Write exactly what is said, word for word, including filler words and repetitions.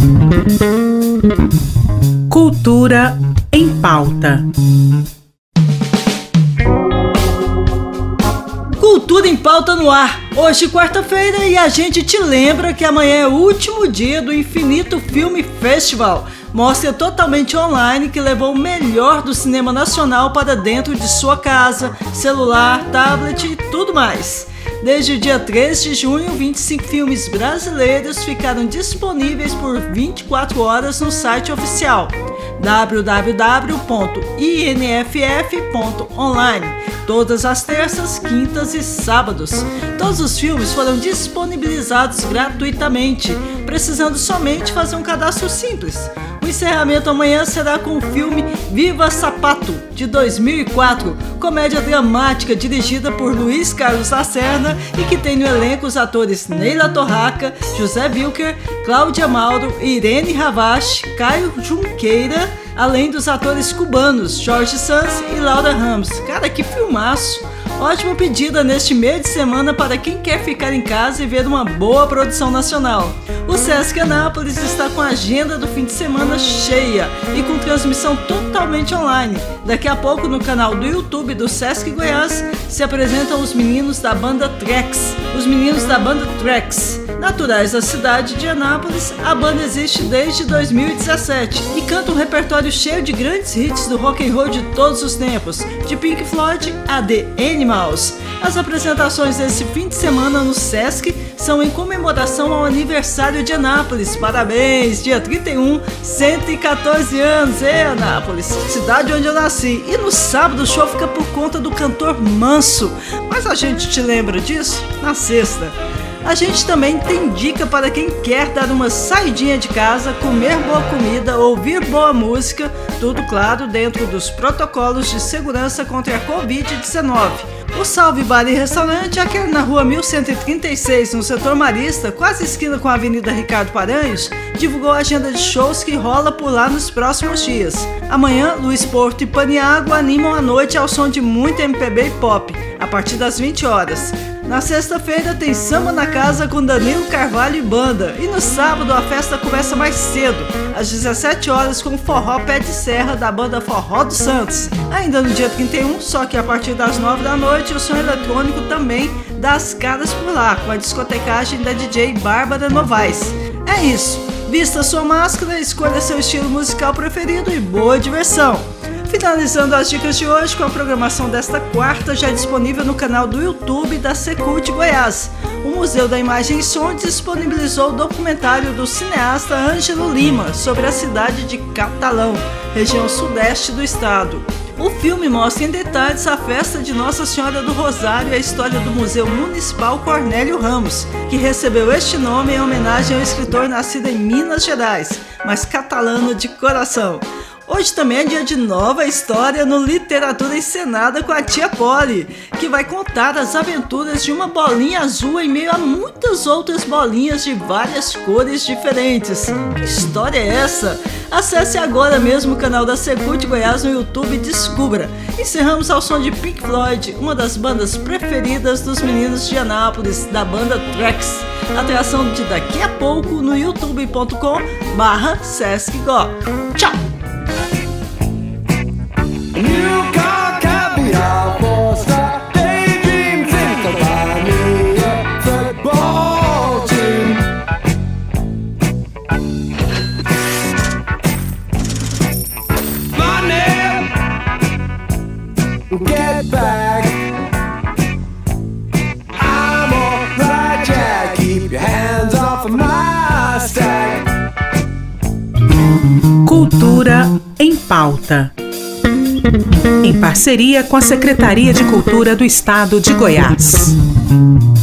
Cultura em Pauta. Cultura em Pauta no ar. Hoje, quarta-feira, e a gente te lembra que amanhã é o último dia do Infinito Film Festival, mostra totalmente online que levou o melhor do cinema nacional para dentro de sua casa, celular, tablet e tudo mais. Desde o dia três de junho, vinte e cinco filmes brasileiros ficaram disponíveis por vinte e quatro horas no site oficial w w w ponto i n f f ponto online, todas as terças, quintas e sábados. Todos os filmes foram disponibilizados gratuitamente, precisando somente fazer um cadastro simples. O encerramento amanhã será com o filme Viva Sapato, de dois mil e quatro, comédia dramática dirigida por Luiz Carlos Lacerda e que tem no elenco os atores Neila Torraca, José Wilker, Cláudia Mauro, Irene Ravache, Caio Junqueira, além dos atores cubanos Jorge Sanz e Laura Ramos. Cara, que filmaço! Ótima pedida neste meio de semana para quem quer ficar em casa e ver uma boa produção nacional. O Sesc Anápolis está com a agenda do fim de semana cheia e com transmissão totalmente online. Daqui a pouco, no canal do YouTube do Sesc Goiás, se apresentam os meninos da banda Trex. Os meninos da banda Trex. Naturais da cidade de Anápolis, a banda existe desde dois mil e dezessete e canta um repertório cheio de grandes hits do rock and roll de todos os tempos, de Pink Floyd a The Animals. As apresentações desse fim de semana no Sesc são em comemoração ao aniversário de Anápolis. Parabéns! Dia trinta e um, cento e quatorze anos, é Anápolis, cidade onde eu nasci. E no sábado o show fica por conta do cantor Manso, mas a gente te lembra disso na sexta. A gente também tem dica para quem quer dar uma saidinha de casa, comer boa comida, ouvir boa música, tudo claro dentro dos protocolos de segurança contra a covid dezenove. O Salve Bar e Restaurante, aquele na rua mil cento e trinta e seis, no setor Marista, quase esquina com a Avenida Ricardo Paranhos, divulgou a agenda de shows que rola por lá nos próximos dias. Amanhã, Luiz Porto e Paniagua animam a noite ao som de muito M P B e pop, a partir das vinte horas. Na sexta-feira tem Samba na Casa com Danilo Carvalho e banda. E no sábado a festa começa mais cedo, às dezessete horas, com o Forró Pé de Serra da banda Forró dos Santos. Ainda no dia trinta e um, só que a partir das nove da noite, o som eletrônico também dá as caras por lá, com a discotecagem da D J Bárbara Novaes. É isso, vista sua máscara, escolha seu estilo musical preferido e boa diversão. Finalizando as dicas de hoje com a programação desta quarta, já disponível no canal do YouTube da Secult Goiás. O Museu da Imagem e Som disponibilizou o documentário do cineasta Ângelo Lima sobre a cidade de Catalão, região sudeste do estado. O filme mostra em detalhes a festa de Nossa Senhora do Rosário e a história do Museu Municipal Cornélio Ramos, que recebeu este nome em homenagem ao escritor nascido em Minas Gerais, mas catalano de coração. Hoje também é dia de nova história no Literatura Encenada com a tia Polly, que vai contar as aventuras de uma bolinha azul em meio a muitas outras bolinhas de várias cores diferentes. Que história é essa? Acesse agora mesmo o canal da Secult Goiás no YouTube e descubra. Encerramos ao som de Pink Floyd, uma das bandas preferidas dos meninos de Anápolis, da banda Trex. Atração de daqui a pouco no youtube ponto com barra Sesc Go. Tchau! New car caviar for start daydream. Think about me, a football team. Money, get back. I'm alright, Jack. Keep your hands off of my stack. Cultura em Pauta. Em parceria com a Secretaria de Cultura do Estado de Goiás.